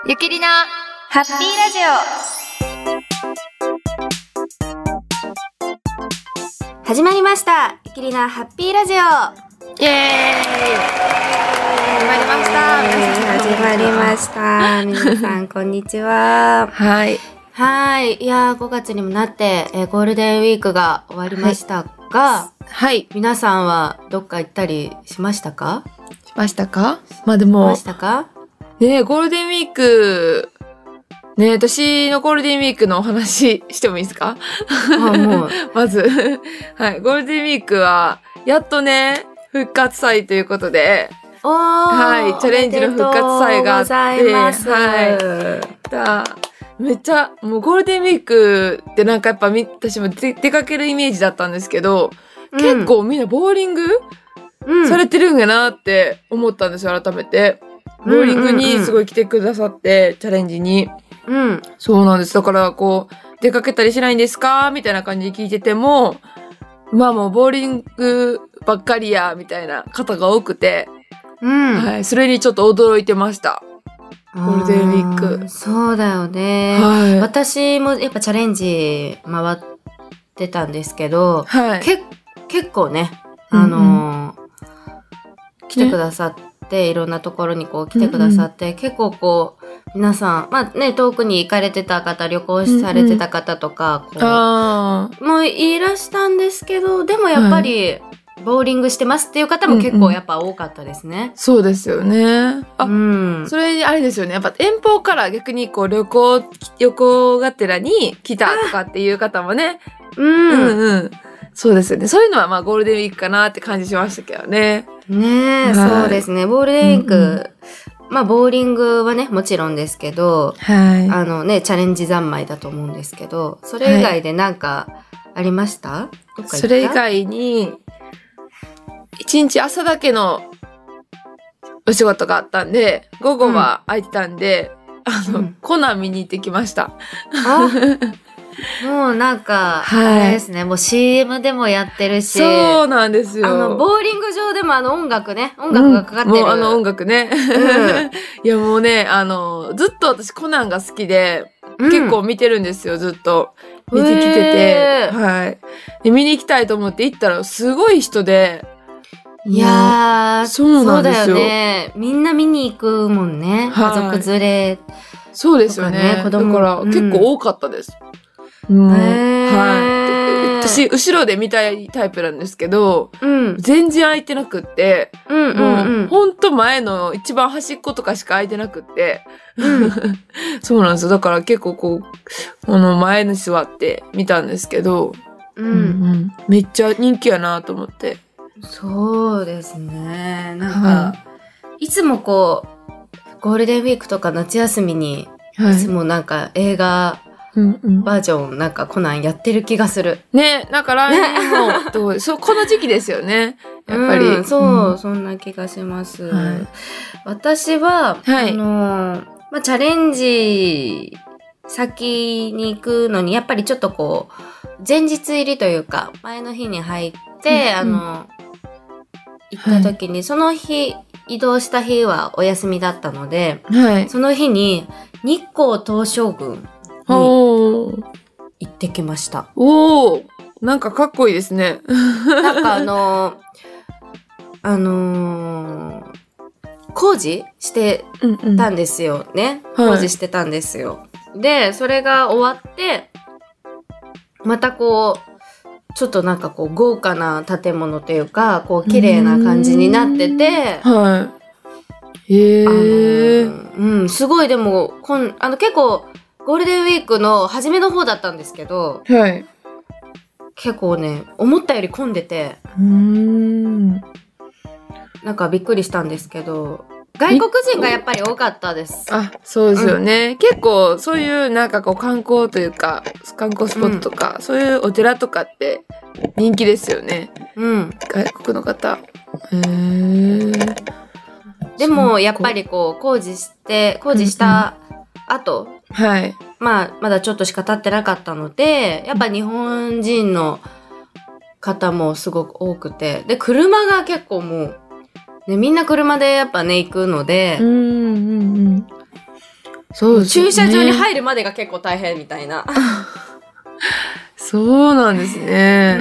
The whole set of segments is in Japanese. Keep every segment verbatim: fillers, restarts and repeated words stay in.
ゆきりなハッピーラジオ始まりました。ゆきりなハッピーラジオ。 オ。イエーイ。始まりました。 始まりました。皆さんこんにちは。 はい。 はい。いやーごがつにもなって、えー、ゴールデンウィークが終わりましたが、 はい。 皆さんはどっか行ったりしましたか？ しましたか？まあでしもましたか？ ね、ゴールデンウィークね、私のゴールデンウィークのお話してもいいですか？ あ、もうまずはい、ゴールデンウィークはやっとね復活祭ということで、 おー、 はい、チャレンジの復活祭があって、 おめでとうございます。 はい、だめっちゃもうゴールデンウィークってなんかやっぱ私も出かけるイメージだったんですけど、うん、結構みんなボーリング、うん、されてるんやなって思ったんですよ。改めてボーリングにすごい来てくださって、うんうんうん、チャレンジに、うん、そうなんです。だからこう出かけたりしないんですかみたいな感じで聞いてても、まあもうボーリングばっかりやみたいな方が多くて、うん、はい、それにちょっと驚いてました。ゴールデンウィーク。 そうだよね、はい。私もやっぱチャレンジ回ってたんですけど、はい、け結構ね、あのーうんうん、来てくださって、ね、いろんなところにこう来てくださって、うんうん、結構こう皆さん、まあね、遠くに行かれてた方、旅行されてた方とか、うんうん、こうあもういらしたんですけど、でもやっぱり、はいボーリングしてますっていう方も結構やっぱ多かったですね。うんうん、 そうですよね。あ、うん、それあれですよね。やっぱ遠方から逆にこう旅行、旅行がてらに来たとかっていう方もね。うん、うんうん。そうですよね。そういうのはまあゴールデンウィークかなって感じしましたけどね。 ねえ、そうですね。ゴールデンウィーク、うんうん、まあボーリングはね、もちろんですけど、はい、あのね、チャレンジ三昧だと思うんですけど、それ以外でなんかありました？はい、どっか行った？ それ以外に、一日朝だけのお仕事があったんで、午後は空いてたんで、うん、あの、うん、コナン見に行ってきました。 あもうなんか、はい、あれですね、もう シーエム でもやってるし。 そうなんですよ。 あの、ボーリング場でもあの音楽ね、音楽がかかってる。 うん、もうあの音楽ね。うん、いやもうね、あの、ずっと私コナンが好きで、うん、結構見てるんですよ、ずっと。見てきてて。はい。で、見に行きたいと思って行ったら、すごい人で、 いやー、そうなんですよ。そうだよね。みんな見に行くもんね。家族連れ、ね。 そうですよね。子供だから、うん、結構多かったです。うん、はい。私、後ろで見たいタイプなんですけど、うん、全然空いてなくって、うんうんうん、もうほんと前の一番端っことかしか空いてなくって、うん、そうなんですよ。だから結構こう、この前に座って見たんですけど、うんうん、めっちゃ人気やなと思って。 そうですね。なんか、はい、いつもこう、ゴールデンウィークとか夏休みに、はい、いつもなんか映画、うんうん、バージョンなんかコナンやってる気がする。 ね、なんか来年も、どうそう、この時期ですよね。やっぱり。 うん、そう、うん、そんな気がします。はい、私は、はい、あの、まあ、チャレンジ先に行くのに、やっぱりちょっとこう、前日入りというか、前の日に入って、うんうん、あの、行った時に、はい、その日、移動した日はお休みだったので、はい、その日に日光東照宮に行ってきました。 おー、なんかかっこいいですね。 なんかあのー、あのー、工事してたんですよね。うんうん、工事してたんですよ。はい、で、それが終わって、またこう、ちょっとなんかこう豪華な建物というか、こう綺麗な感じになってて、はい。へー。うん、すごいでも、こんあの結構ゴールデンウィークの初めの方だったんですけど、はい。結構ね、思ったより混んでて、うーん。なんかびっくりしたんですけど、外国人がやっぱり多かったです。 あ、そうですよね。うん、結構そういうなんかこう観光というか、観光スポットとか、うん、そういうお寺とかって人気ですよね。うん。外国の方。へー。 でもやっぱりこう工事して、工事した後、うんうん、はい。まあまだちょっとしか経ってなかったので、やっぱ日本人の方もすごく多くて、で、車が結構もう、ね、みんな車でやっぱね、行くので、うんうんうん、 そうですね。 駐車場に入るまでが結構大変みたいな。 そうなんですね。 うん。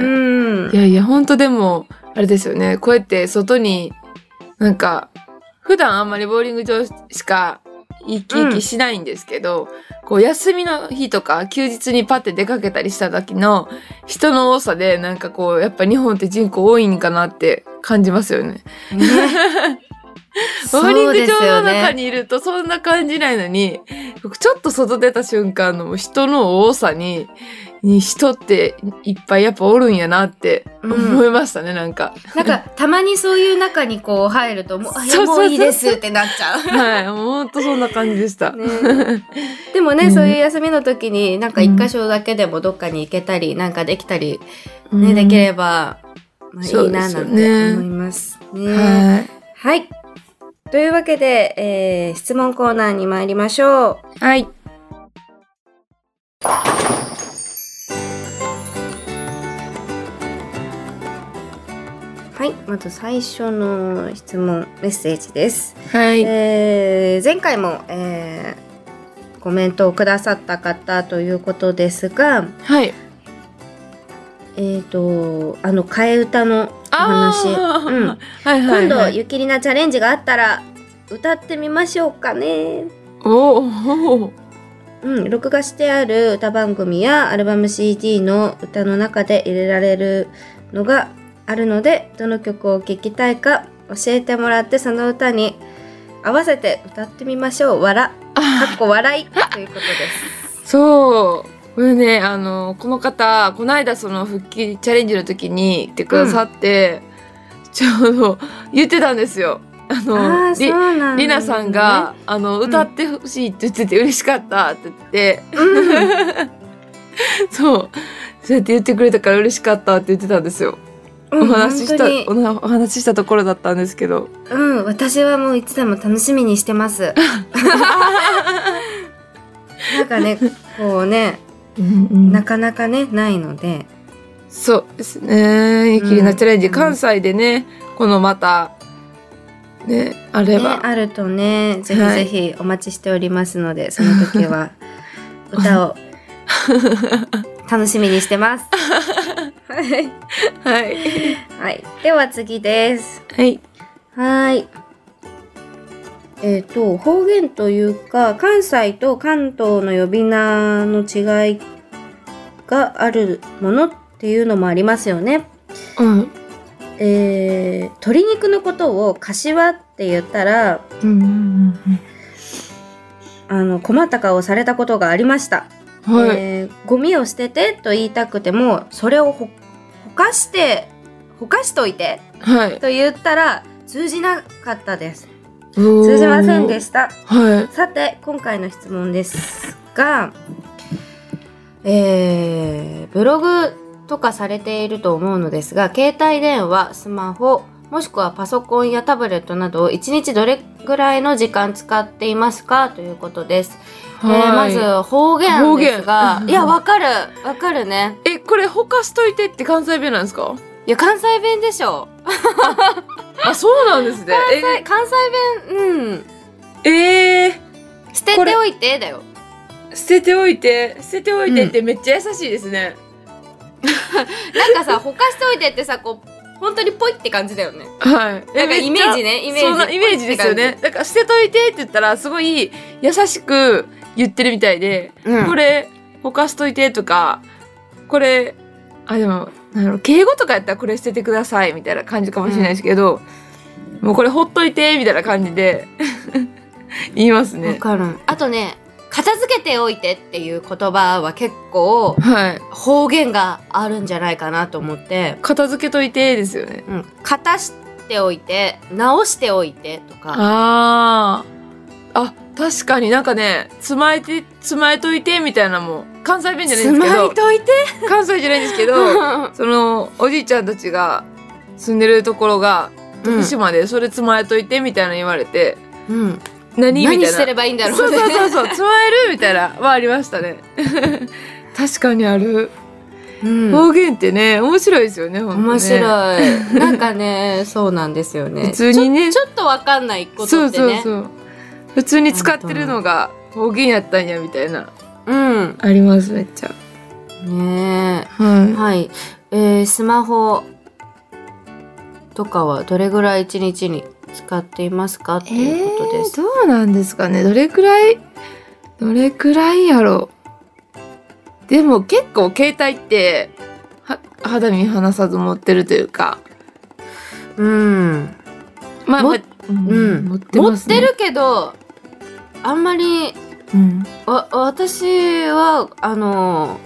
いやいや、ほんとでも、あれですよね。こうやって外に、なんか、普段あんまりボーリング場しか行き来しないんですけど、うん、こう休みの日とか休日にパッて出かけたりした時の人の多さで、なんかこう、やっぱ日本って人口多いんかなって感じますよね。ねボーリング場の中にいるとそんな感じないのに、ちょっと外出た瞬間の人の多さに、に人っていっぱいやっぱおるんやなって思いましたね、うん、なんか。 なんかたまにそういう中にこう入るともう、いやもういいですってなっちゃう。 はい、ほんとそんな感じでした。 ね、でもね、うん、そういう休みの時になんか一箇所だけでもどっかに行けたり、なんかできたり、ね、うん、できれば、まあ、いいななんて思いますね。はい。はい。というわけで、えー、質問コーナーに参りましょう。はい。 はい、まず最初の質問メッセージです。 はい。 えー、前回も、えー、コメントをくださった方ということですが、 はい。 えっとあの替え歌のお話、うん、 はいはいはい、 今度ゆきりなチャレンジがあったら歌ってみましょうかね。 おお。 うん、録画してある歌番組やアルバム シーディー の歌の中で入れられるのがあるので、どの曲を聴きたいか教えてもらって、その歌に合わせて歌ってみましょう。笑かっこ笑いということです。 そうこれね、あのこの方この間その復帰チャレンジの時に来てくださって、うん、ちょうど言ってたんですよ。あのありりなさんがあの歌ってほしいって言ってて嬉しかったって言って、うん、そうそうやって言ってくれたから嬉しかったって言ってたんですよ。お話しした、うん、お話ししたところだったんですけど、 うん、私はもういつでも楽しみにしてます。なんかね、こうね、うんうん、なかなかねないので。 そうですね。ゆきりなチャレンジ、うん、関西でね、このまたねあれば、 ね、あるとね、ぜひぜひお待ちしておりますので、はい、その時は歌を楽しみにしてます。はい、 はいはい、では次です。 はいはいえっと方言というか関西と関東の呼び名の違いがあるものっていうのもありますよね。 うん。 えー、鶏肉のことを柏って言ったら、 うんうんうん、 あの困った顔をされたことがありました。 はい、 えー、ゴミを捨ててと言いたくてもそれをほほかしてほかしといて、 はい、 と言ったら通じなかったです。通じませんでした。 はい、 さて今回の質問ですが、えー、ブログとかされていると思うのですが、携帯電話、スマホもしくはパソコンやタブレットなどをいちにちどれぐらいの時間使っていますかということです。えー、まず方言ですが、いやわかるわかるね。 え、これほかしといてって関西弁なんですか？ いや関西弁でしょ。 あ、そうなんですね。 関西、関西弁、うん。 えー、 捨てておいてだよ。 捨てておいて、捨てておいてってめっちゃ優しいですね。 うん、なんかさ、ほかしておいてってさ、こう本当にポイって感じだよね。 はい。 なんかイメージね、イメージ。 そんなイメージですよね。だから捨てといてって言ったらすごい優しく言ってるみたいで、うん、これほかしといてとか、これあでもなんだろう、敬語とかやったらこれ捨ててくださいみたいな感じかもしれないですけど、うん、もうこれほっといてみたいな感じで言いますね。 わかる。あとね、片付けておいてっていう言葉は結構方言があるんじゃないかなと思って、はい、 片付けといてですよね。 うん、片しておいて直しておいてとか。 ああ、確かになんかね、つまえてつまえといてみたいなのも関西弁じゃないんですけど、 つまえといて関西じゃないんですけどそのおじいちゃんたちが住んでるところが徳島で、それつまえといてみたいな言われて、 うん、 何みたいな。 何してればいいんだろうね。 そうそうそうそう、つまえるみたいなはありましたね。確かにある、うん、方言ってね面白いですよね。本当ね、 面白い。なんかね、そうなんですよね。 普通にね、 ちょ、ちょっとわかんないことってね、 そうそうそう、普通に使ってるのが方言やったんやみたいな、 うん、 ありますめっちゃねえ、 はい、 はい、えー、スマホとかはどれぐらい一日に使っていますかっていうことです、 えー、どうなんですかね、どれくらいどれくらいやろう。でも結構携帯っては肌身離さず持ってるというか、 うんまあ、 も、 まあ、うん、 うん、 持ってますね。 持ってるけどあんまり、うん、わ私はあの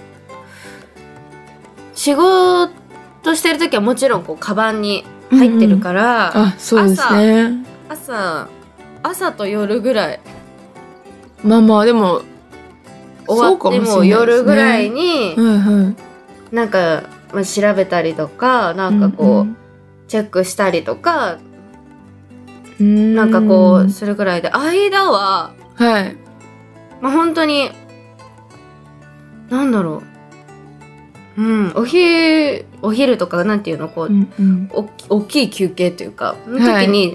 仕事してる時はもちろんこうカバンに入ってるから、 うんうん、あ、そうですね。 朝、朝、朝と夜ぐらい。 まあまあでも終わっても夜ぐらいに、 はいはい、 なんか、まあ、調べたりとかなんかこう、うんうん、チェックしたりとかんなんかこうするぐらいで、間は、 はい、 まあ本当になんだろう、うん、お昼お昼とかなんていうのこう、うんうん、お大きい休憩というかの時に、はい、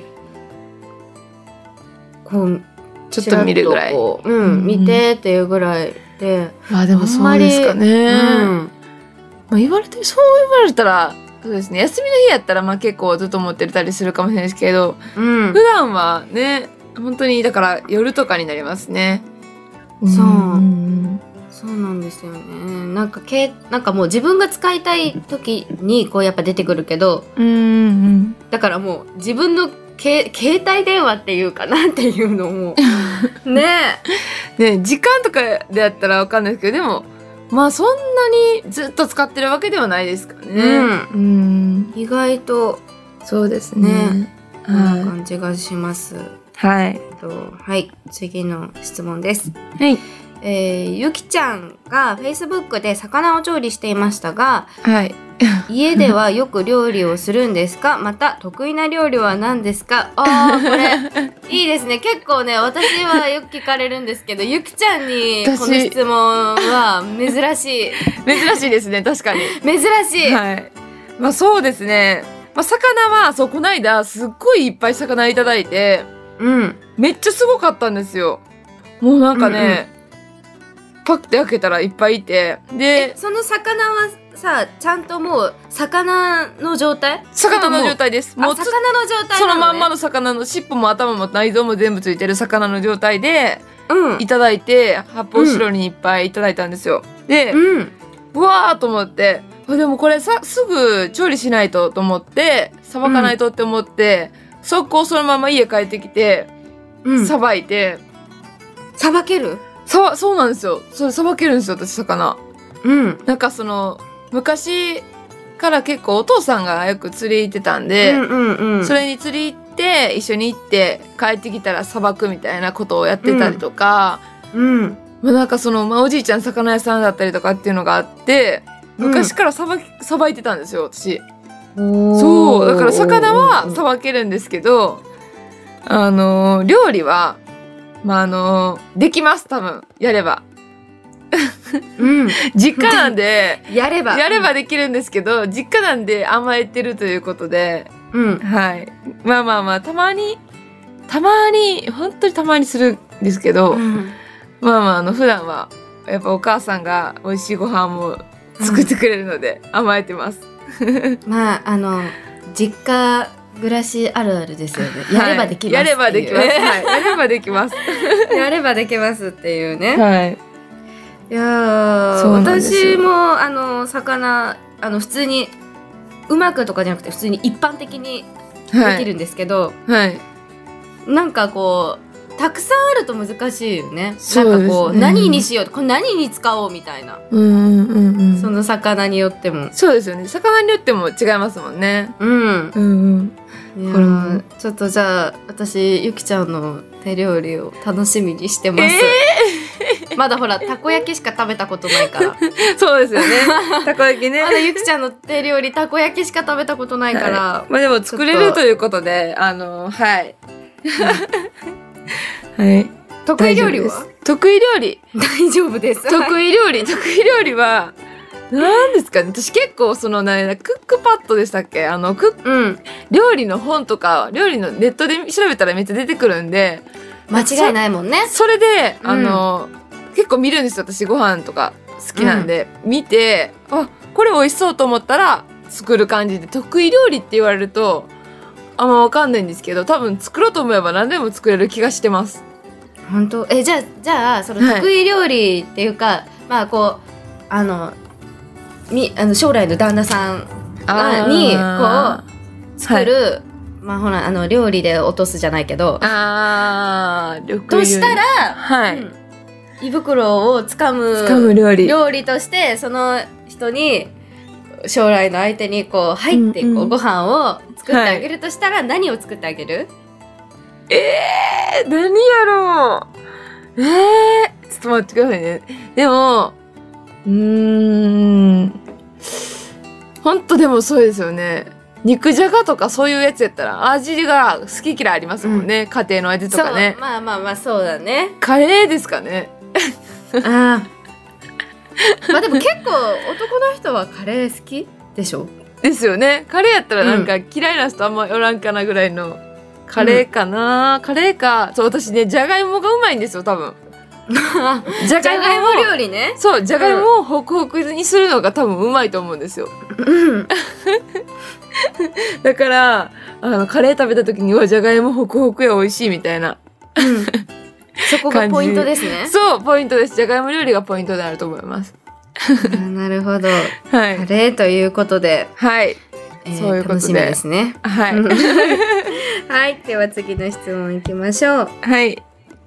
こうちょっと見るぐらい、 うんうん、見てっていうぐらいで、 まあでもそうですかね、うん、まあ、言われてそう言われたらそうですね、休みの日やったらまあ結構ずっと持ってたりするかもしれないですけど、うん、普段はね本当にだから夜とかになりますね。 そう、うん、そうなんですよね。なんかけなんかもう自分が使いたい時にこうやっぱ出てくるけど、うんうん、だからもう自分のけ携帯電話っていうかなっていうのもねえね、時間とかでやったらわかんないですけど、でもまあそんなにずっと使ってるわけではないですかね、うんうん、意外とそうですね、 ね、こんな感じがします。 はい、 はい、次の質問です。 はい、 えー、ゆきちゃんが Facebook で魚を調理していましたが、 はい、 家ではよく料理をするんですか？また得意な料理は何ですか？あー、これいいですね。結構ね、私はよく聞かれるんですけど、ゆきちゃんにこの質問は珍しい珍しいですね、確かに珍しい、 はい、まあそうですね、まあ、魚はそうこの間すっごいいっぱい魚いただいて、うん、めっちゃすごかったんですよ。もうなんかね、うんうん、パッて開けたらいっぱいいて、でその魚はさ、ちゃんともう魚の状態？ 魚の状態です。 もう魚の状態なのね。 そのまんまの魚の尻尾も頭も内臓も全部ついてる魚の状態で、うん、いただいて、発泡スチロールにいっぱいいただいたんですよ。で、うん、うわーと思って、でもこれさすぐ調理しないとと思ってさばかないとって思って、うん、速攻そのまま家帰ってきてさば、うん、いて。 さばける？ さそうなんですよ。それさばけるんですよ私魚。うん。なんかその昔から結構お父さんがよく釣り行ってたんで、うんうんうん、それに釣り行って一緒に行って帰ってきたらさばくみたいなことをやってたりとか、うんうん、まあ、なんかその、まあ、おじいちゃん魚屋さんだったりとかっていうのがあって昔からさばき、さばいてたんですよ私。そうだから魚はさばけるんですけど、あの料理はまああのできます多分やれば。うん、実家なんでやればやればできるんですけど、実家なんで甘えてるということで、うん、はい、まあまあまあたまにたまに本当にたまにするんですけど、うん、まあまああの普段はやっぱお母さんが美味しいご飯も作ってくれるので甘えてます、うん、 まああの実家暮らしあるあるですよね。やればできます、 はい、やればできます、はい、やればできますやればできますっていうね。 はい、 いや私もあの魚あの普通にうまくとかじゃなくて普通に一般的にできるんですけど、はいはい、なんかこうたくさんあると難しいよね。なんかこう、ね、何にしようこれ何に使おうみたいな、うんうんうん、その魚によってもそうですよね。魚によっても違いますもんね。うん、 うんうん、いやこれもちょっとじゃあ私ゆきちゃんの手料理を楽しみにしてます、えー、まだほらたこ焼きしか食べたことないからそうですよねたこ焼きねまだゆきちゃんの手料理たこ焼きしか食べたことないから、はい、 まあでも作れるということであのはいはい、 得意料理は得意料理大丈夫です得意料理得意料理は何ですかね。私結構そのねクックパッドでしたっけあのクッ、うん、料理の本とか料理のネットで調べたらめっちゃ出てくるんで間違いないもんね。 それで、あの、うん、結構見るんですよ。私ご飯とか好きなんで。うん、見て、あ、これ美味しそうと思ったら作る感じで、得意料理って言われると、あんまわかんないんですけど、多分作ろうと思えば何でも作れる気がしてます。 本当？え、じゃあ、じゃあ、その得意料理っていうか、はい、まあこう、あの、み、あの将来の旦那さんに、こう、作る、はい、まあほら、あの、料理で落とすじゃないけど、 あー、 としたら、 はい。うん、 胃袋をつかむ、 つかむ料理。 料理として、その人に、将来の相手にこう入ってこう、うんうん、ご飯を作ってあげるとしたら、はい、何を作ってあげる？ えー、何やろう。えー、ちょっと待ってくださいね。でも、うーん、ほんとでもそうですよね。肉じゃがとかそういうやつやったら味が好き嫌いありますもんね、うん、家庭の味とかね。 そう、まあまあまあそうだね。 カレーですかね。 ああ。まあでも結構男の人はカレー好きでしょ？ ですよね。カレーやったらなんか嫌いな人あんまおらんかなぐらいのカレーかな、うん、カレーか。そう、私ね、じゃがいもがうまいんですよ、多分。 じゃがいも料理ね。 そう、じゃがいもをホクホクにするのが多分うまいと思うんですよ。うん、だからあのカレー食べた時にはじゃがいもホクホクや美味しいみたいな、うん、 そこがポイントですね。 そうポイントです。じゃがいも料理がポイントであると思います。 なるほど、はい、 カレーということで、 はい、 えー、そういうことで楽しみですね。 はいはい、では次の質問いきましょう。 はい。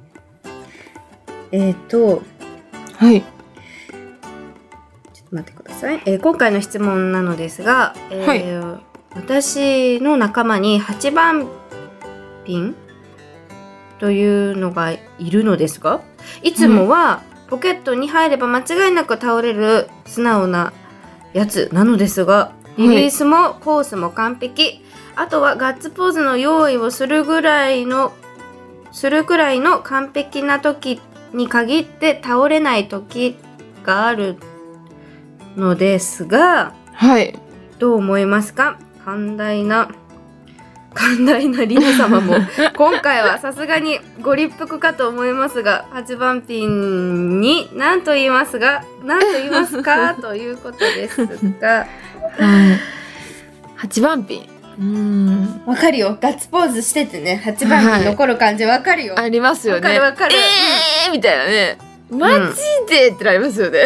えっ、ー、とはいちょっと待ってください。えー、今回の質問なのですが、えーはい、私の仲間にはちばんピンというのがいるのですが、いつもはポケットに入れば間違いなく倒れる素直なやつなのですが、リリースもコースも完璧、はい、あとはガッツポーズの用意をするぐらいのするくらいの完璧な時に限って倒れない時があるのですが、 はい、 どう思いますか？寛大な寛大なリナ様も今回はさすがにご立腹かと思いますが、はちばんピンに何と言いますが何と言いますかということですが、 はい、はちばんピン、うーん、 わかるよ。ガッツポーズしててね、はちばんピン残る感じわかるよ、 はい、ありますよね。 わかるわかる、 えー、うん、みたいなね、マジで、うん、ってなりますよね。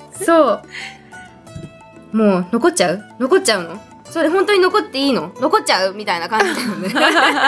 そうもう残っちゃう残っちゃうのそれ本当に残っていいの残っちゃうみたいな感じだよね。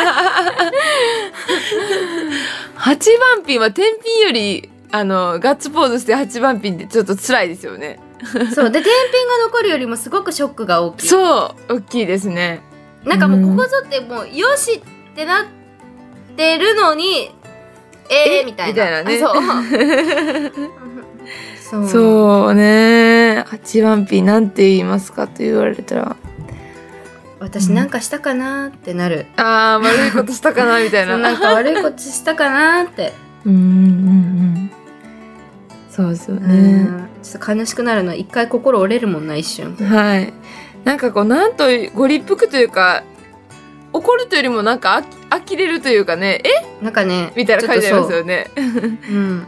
はちばんピンは天品よりあのガッツポーズしてはちばんピンってちょっと辛いですよね。 そうで、天品が残るよりもすごくショックが大きい。 そう大きいですね。 なんかもうここぞってもうよしってなってるのにえーみたいな、みたいなね。そうそうそうね。はちばんピンなんて言いますかと言われたら、 私なんかしたかなってなる、 うん、ああ悪いことしたかなみたいな。 なんか悪いことしたかなってうんうんうんそうですよね。 ちょっと悲しくなるのは一回心折れるもんな、一瞬。 はい。なんかこうなんとご立腹というか怒るというよりもなんかあきれるというかね、えなんかねみたいな感じありますよね。 うん、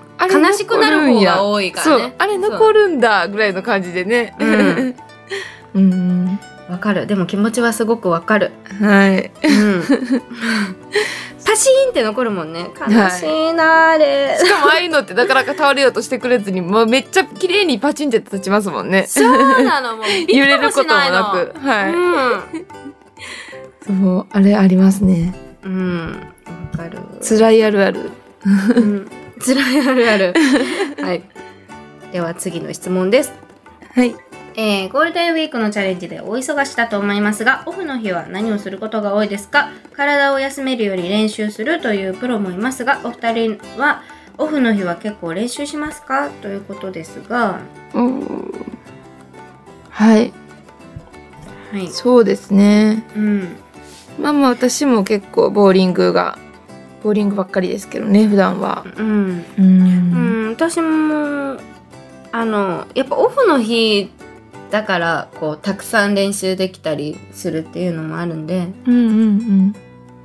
悲しくなる方が多いからね。 そうあれ残るんだぐらいの感じでね。うんうんわかる。でも気持ちはすごくわかる。 はい。うん、 パシーンって残るもんね。悲しいなあれ、 はい。しかもああいうのってなかなか倒れようとしてくれずに、もうめっちゃ綺麗にパチンって立ちますもんね。 そうなのもう揺れることもなく、はい。うん、そうあれありますね。 うんわかる。 辛いあるある。 うん、辛いあるある。はい。では次の質問です。 はい。 えー、ゴールデンウィークのチャレンジでお忙しだと思いますが、オフの日は何をすることが多いですか？体を休めるより練習するというプロもいますが、お二人はオフの日は結構練習しますか？ということですが、 うん、はい、はい、そうですね。うん、まあまあ私も結構ボーリングがボーリングばっかりですけどね、普段は。うん、うん、 うん、私もあのやっぱオフの日だからこうたくさん練習できたりするっていうのもあるんで、 うんうんうん、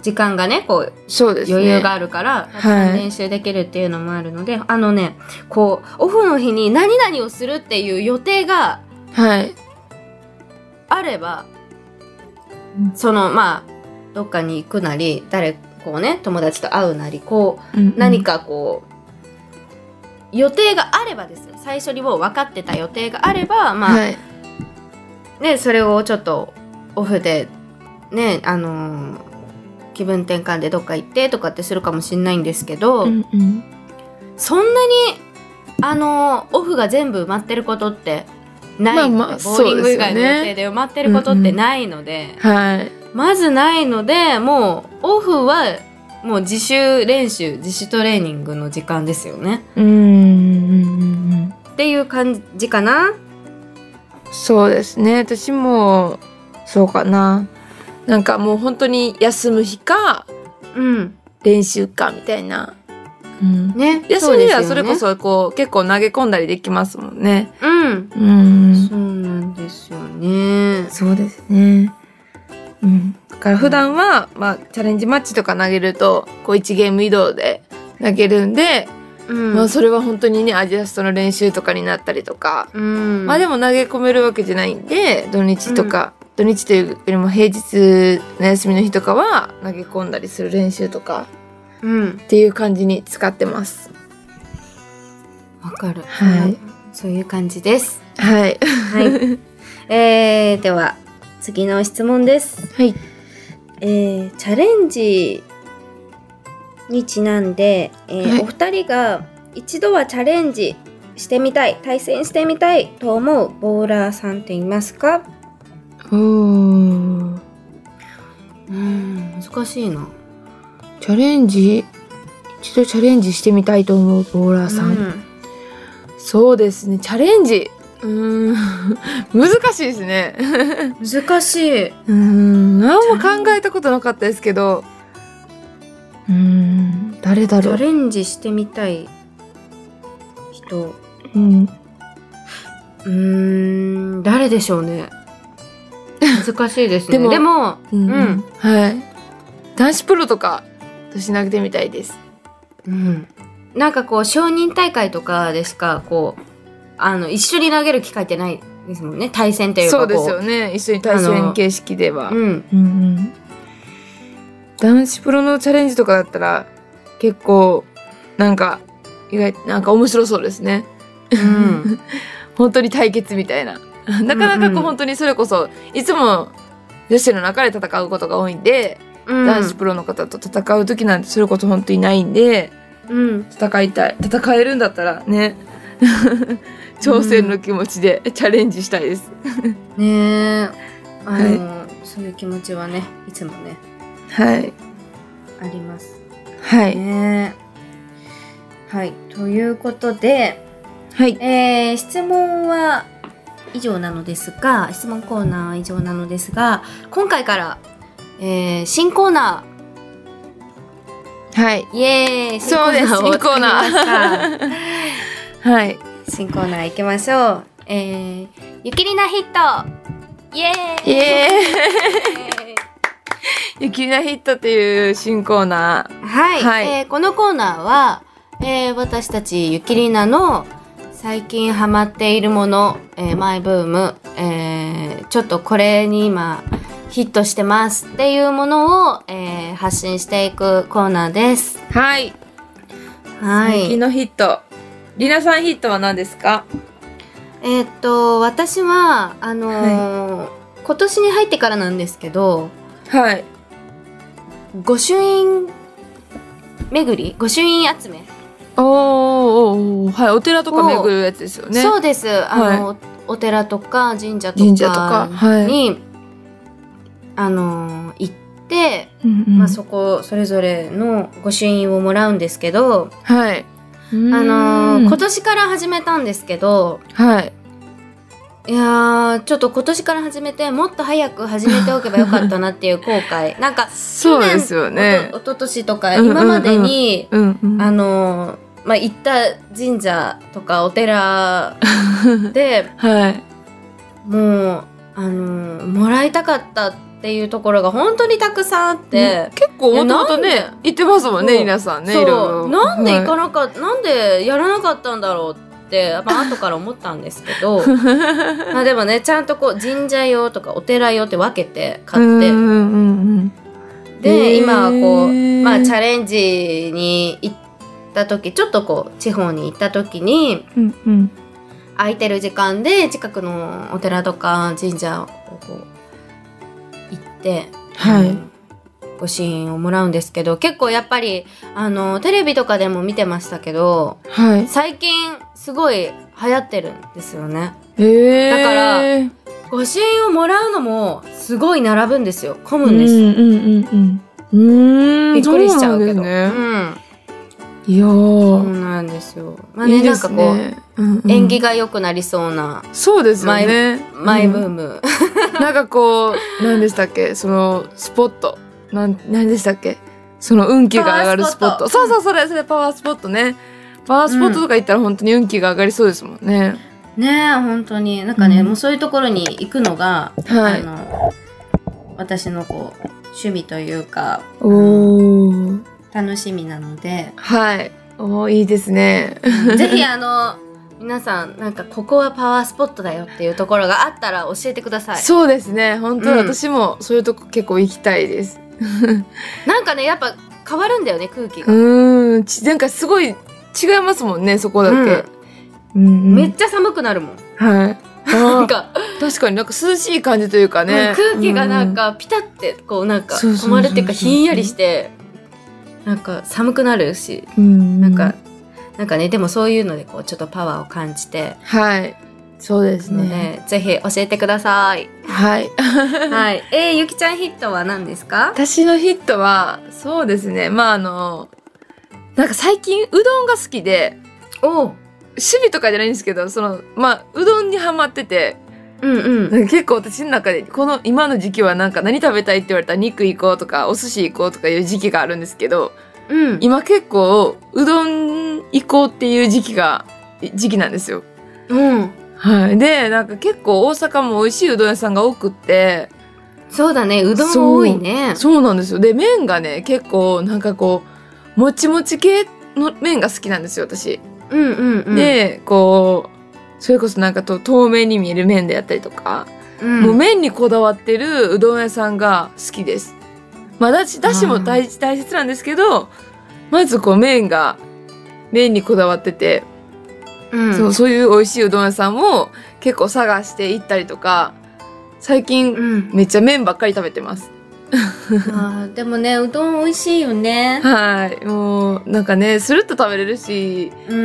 時間がね、こう、 そうですね、 余裕があるから、たくさん練習できるっていうのもあるので、はい、あのね、こう、オフの日に何々をするっていう予定が、 はい。 あれば、その、まあ、どっかに行くなり、誰、こうね、友達と会うなり、こう、うんうん、何かこう、予定があればですよ。最初にもう分かってた予定があれば、まあ、はい、ね、それをちょっとオフで、ね、あのー、気分転換でどっか行ってとかってするかもしれないんですけど、うんうん、そんなに、あのー、オフが全部埋まってることってないので、まあまあ、ボーリング以外の予定で埋まってることってないので、うんうん、はい、まずないので、もうオフはもう自主練習、自主トレーニングの時間ですよね。うーんっていう感じかな。 そうですね。私もそうかな。なんかもう本当に休む日か、うん、練習かみたいな。うん、ね、休みではそれこそこう結構投げ込んだりできますもんね。うん、 うん、そうなんですよね。 そうですね。うん、だから普段は、まあ、チャレンジマッチとか投げるとこういちゲーム移動で投げるんで、うん、まあ、それは本当にねアジャストの練習とかになったりとか、うん、まあでも投げ込めるわけじゃないんで土日とか、うん、土日というよりも平日の休みの日とかは投げ込んだりする練習とか、うん、っていう感じに使ってます。 わかる、はい、そういう感じです。 はい、 はい、えー、では次の質問です。 はい、 えー、チャレンジにちなんで、えーはい、お二人が一度はチャレンジしてみたい、対戦してみたいと思うボーラーさんっていますか？ うーん、 うーん、難しいな。 チャレンジ一度チャレンジしてみたいと思うボーラーさん、うん、そうですね、チャレンジうーん難しいですね難しい。 うーん、何も考えたことなかったですけど、うーん、誰だろう。 チャレンジしてみたい人、 うん、 うーん、誰でしょうね。難しいですね。でも、でもうん、うん、はい、男子プロとか私投げてみたいです。 うん、なんかこう承認大会とかでしかこうあの一緒に投げる機会ってないですもんね。対戦というかこう。 そうですよね。一緒に対戦形式では。うんうんうん、男子プロのチャレンジとかだったら結構なんか意外なんか面白そうですね。うん、本当に対決みたいな。なかなかこう本当にそれこそいつも女子の中で戦うことが多いんで、うん、男子プロの方と戦う時なんてそれこそ本当にないんで、うん、戦いたい、戦えるんだったらね挑戦の気持ちでチャレンジしたいですねえ、あの、はい、そういう気持ちはねいつもね、 はい、 ありますはいね。はい、ということで、 はい、 えー、質問は以上なのですが、質問コーナーは以上なのですが、今回から、えー、新コーナー、はい、 イエーイ、 そうです、新コーナーはい、 新コーナー行きましょう。えー、ゆきりなヒット、イエーイ、 イエーイゆきりなヒットっていう新コーナー、 はい、はい、えー、このコーナーは、えー、私たちゆきりなの最近ハマっているもの、えー、マイブーム、えー、ちょっとこれに今ヒットしてますっていうものを、えー、発信していくコーナーです。 はい、 はい、 最近のヒット、りなさんヒットは何ですか？ えー、っと私はあのーはい、今年に入ってからなんですけど、 はい、 御朱印巡り、御朱印集め、 おー、はい、お寺とか巡るやつですよね。 そうです。あの、はい、お寺とか神社とかに、とか、はい、あの行って、うんうん、まあ、そこそれぞれの御朱印をもらうんですけど、 はい、 あの今年から始めたんですけど、 はい、 いやー、ちょっと今年から始めてもっと早く始めておけばよかったなっていう後悔なんかそうですよね、 おと一昨年とか今までに、うんうんうん、あのまあ、行った神社とかお寺で、 はい、 もうあのもらいたかったっっていうところが本当にたくさんあって、 うん、結構もともとね行ってますもんね皆さんね。 そういろいろなんで行かなかった、はい、なんでやらなかったんだろうって、まあ後から思ったんですけどまあでもねちゃんとこう神社用とかお寺用って分けて買って、うんうんうん、で今はこう、まあ、チャレンジに行った時ちょっとこう地方に行った時に、うんうん、空いてる時間で近くのお寺とか神社をこう行って、はい、ご支援をもらうんですけど、結構やっぱりあのテレビとかでも見てましたけど、はい、最近すごい流行ってるんですよね。へー。だからご支援をもらうのもすごい並ぶんですよ。混むんです。うんうんうんうん。うーん、びっくりしちゃうけど。そうなんですね。うん。いやー、そうなんですよ。まあね、いいですね。なんかこう、うんうん、縁起が良くなりそうな。そうですよね。マイブーム。うん、なんかこう、何でしたっけ、そのスポット。なん、何でしたっけ、その運気が上がるスポット。そうそう、それ、それパワースポットね。パワースポットとか行ったら本当に運気が上がりそうですもんね。うん、ねえ、本当に。なんかね、うん、もうそういうところに行くのが、はい、あの、私のこう、趣味というか、おー、楽しみなので。はい。おー、いいですね。ぜひあの、皆さん、なんかここはパワースポットだよっていうところがあったら教えてください。そうですね。本当、うん、私もそういうとこ結構行きたいです。なんかね、やっぱ変わるんだよね、空気が。うん、なんかすごい違いますもんね、そこだけ。うんうんうん、めっちゃ寒くなるもん。はい。なんか確かになんか涼しい感じというかね、空気がなんかピタってこうなんか止まるっていうかひんやりしてなんか寒くなるし、うん、なんかなんかね、でもそういうのでこうちょっとパワーを感じて、はい、そうですね。ね、ぜひ教えてください。はい。はい。えー、ゆきちゃんヒットは何ですか？私のヒットはそうですね。まああのなんか最近うどんが好きで、お趣味とかじゃないんですけど、そのまあうどんにハマってて、うんうん、結構私の中でこの今の時期はなんか何食べたいって言われたら肉行こうとかお寿司行こうとかいう時期があるんですけど、うん、今結構うどん行こうっていう時期が時期なんですよ。うん、はい。でなんか結構大阪も美味しいうどん屋さんが多くって。そうだね、うどん多いね。そう、そうなんですよ。で麺がね結構なんかこうもちもち系の麺が好きなんですよ私。うんうんうん、でこうそれこそなんかと透明に見える麺であったりとか、うん、もう麺にこだわってるうどん屋さんが好きです。まあだし、だしも 大, 大切なんですけど、まずこう麺が麺にこだわってて、うん、そう、そういう美味しいうどん屋さんも結構探して行ったりとか、最近、うん、めっちゃ麺ばっかり食べてます。あでもね、うどん美味しいよね。はい、もうなんかね、スルッと食べれるし、うん、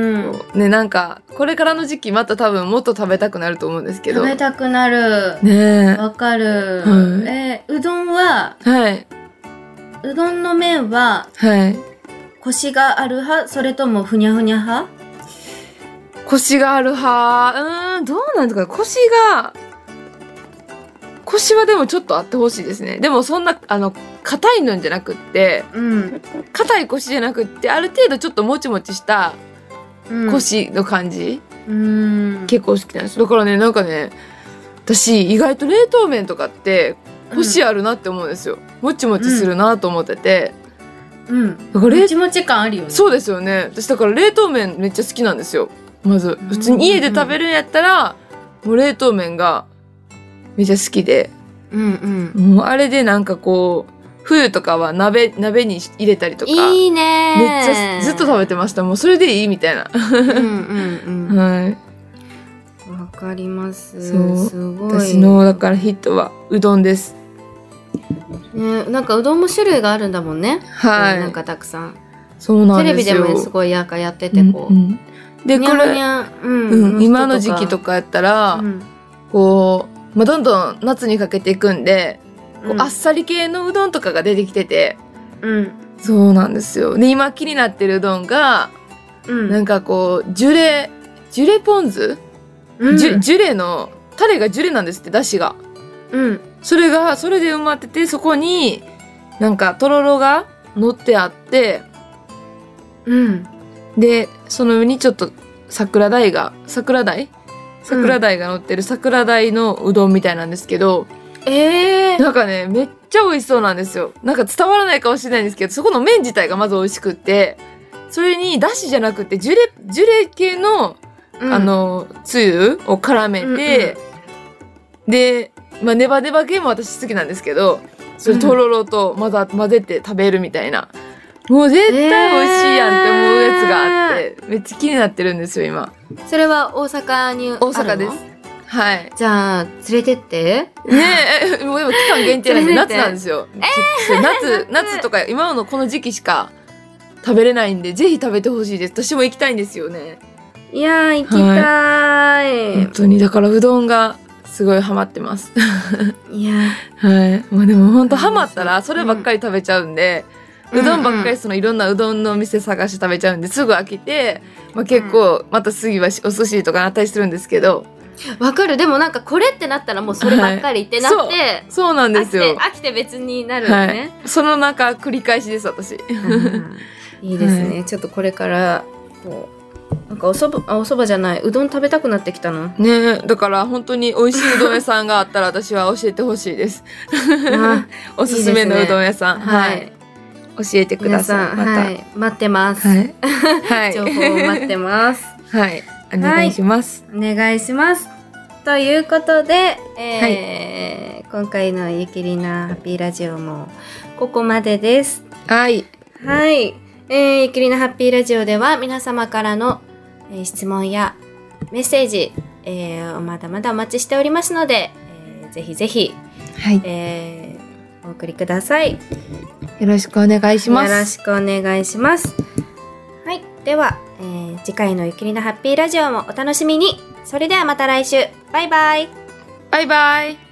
ね、なんかこれからの時期また多分もっと食べたくなると思うんですけど。食べたくなる。ね、わかる。はい、えー、うどんは、はい、うどんの麺は、はい、コシがある派、それともふにゃふにゃ派？コシがある派。うーん、どうなんですか。コシが。コシはでもちょっとあってほしいですね。でもそんなあの硬いのじゃなくって、うん、硬いコシじゃなくってある程度ちょっともちもちしたコシの感じ、うん、結構好きなんです。だからね、なんかね、私意外と冷凍麺とかってコシあるなって思うんですよ。もちもちするなと思ってて、うん、だからもちもち感あるよね。そうですよね。私だから冷凍麺めっちゃ好きなんですよ。まず普通に家で食べるんやったら、もう冷凍麺がめっちゃ好きで、うんうん、もうあれでなんかこう冬とかは鍋鍋に入れたりとか、いいね、めっちゃずっと食べてました。もうそれでいいみたいな。うんうんうん、はい。わかります。そう、すごい。私のだからヒットはうどんです。ね、なんかうどんも種類があるんだもんね。はい。なんかたくさん。そうなんですよ。テレビでもすごいやかやっててこう。うんうん、でこれ、うんうん、今の時期とかやったら、うん、こう。まあ、どんどん夏にかけていくんで、こうあっさり系のうどんとかが出てきてて、うん、そうなんですよ。で今気になってるうどんが、うん、なんかこうジュレジュレポン酢、うん、ジュ、ジュレのタレがジュレなんですって、だしが、うん、それがそれで埋まってて、そこになんかとろろが乗ってあって、うん、でその上にちょっと桜鯛が桜鯛桜鯛が乗ってる桜鯛のうどんみたいなんですけど、 えー、 なんかね、めっちゃ美味しそうなんですよ。なんか伝わらないかもしれないんですけど、そこの麺自体がまず美味しくって、それにだしじゃなくて、ジュレ、ジュレ系の、うん、あの、つゆを絡めて、うんうん、で、まあ、ネバネバ系も私好きなんですけど、それとろろと混ざ、混ぜて食べるみたいな。もう絶対美味しいやんって思うやつがあって、えー、めっちゃ気になってるんですよ、今。 それは大阪にあるの？ 大阪です。はい。 じゃあ、連れてって。 ねえ、もう今期間限定なんで夏なんですよ。えー、夏、夏とか今のこの時期しか食べれないんで、ぜひ食べてほしいです。私も行きたいんですよね。 いやー、行きたーい。 はい、本当に、だからうどんがすごいハマってます。 いやはい。まあでも本当ハマったらそればっかり食べちゃうんで、うん、うどんばっかりそのいろんなうどんのお店探して食べちゃうんですぐ飽きて、まあ、結構また次はお寿司とかなったりするんですけど。 わかる。でもなんかこれってなったらもうそればっかりってなって、はい、 そう、そうなんですよ。 飽きて、飽きて別になるよね。 はい、そのなんか繰り返しです私。 いいですね、はい。ちょっとこれからこうなんかおそば、あ、おそばじゃない、うどん食べたくなってきたの。 ねえ、だから本当に美味しいうどん屋さんがあったら私は教えてほしいです。おすすめのうどん屋さん、いいですね、はい。教えてください。また、 はい、待ってます。 はいはい、 情報を待ってます。 はい、お願いします。 はい、お願いします。ということで、えーはい、今回のゆきりなハッピーラジオもここまでです。 はい。 はい。えー、ゆきりなハッピーラジオでは皆様からの、えー、質問やメッセージ、えー、まだまだお待ちしておりますので、えー、ぜひぜひ、 はいえー、お送りください。 よろしくお願いします。 よろしくお願いします。はい。では、えー、次回のゆきりなハッピーラジオもお楽しみに。それではまた来週。バイバイ。 バイバイ。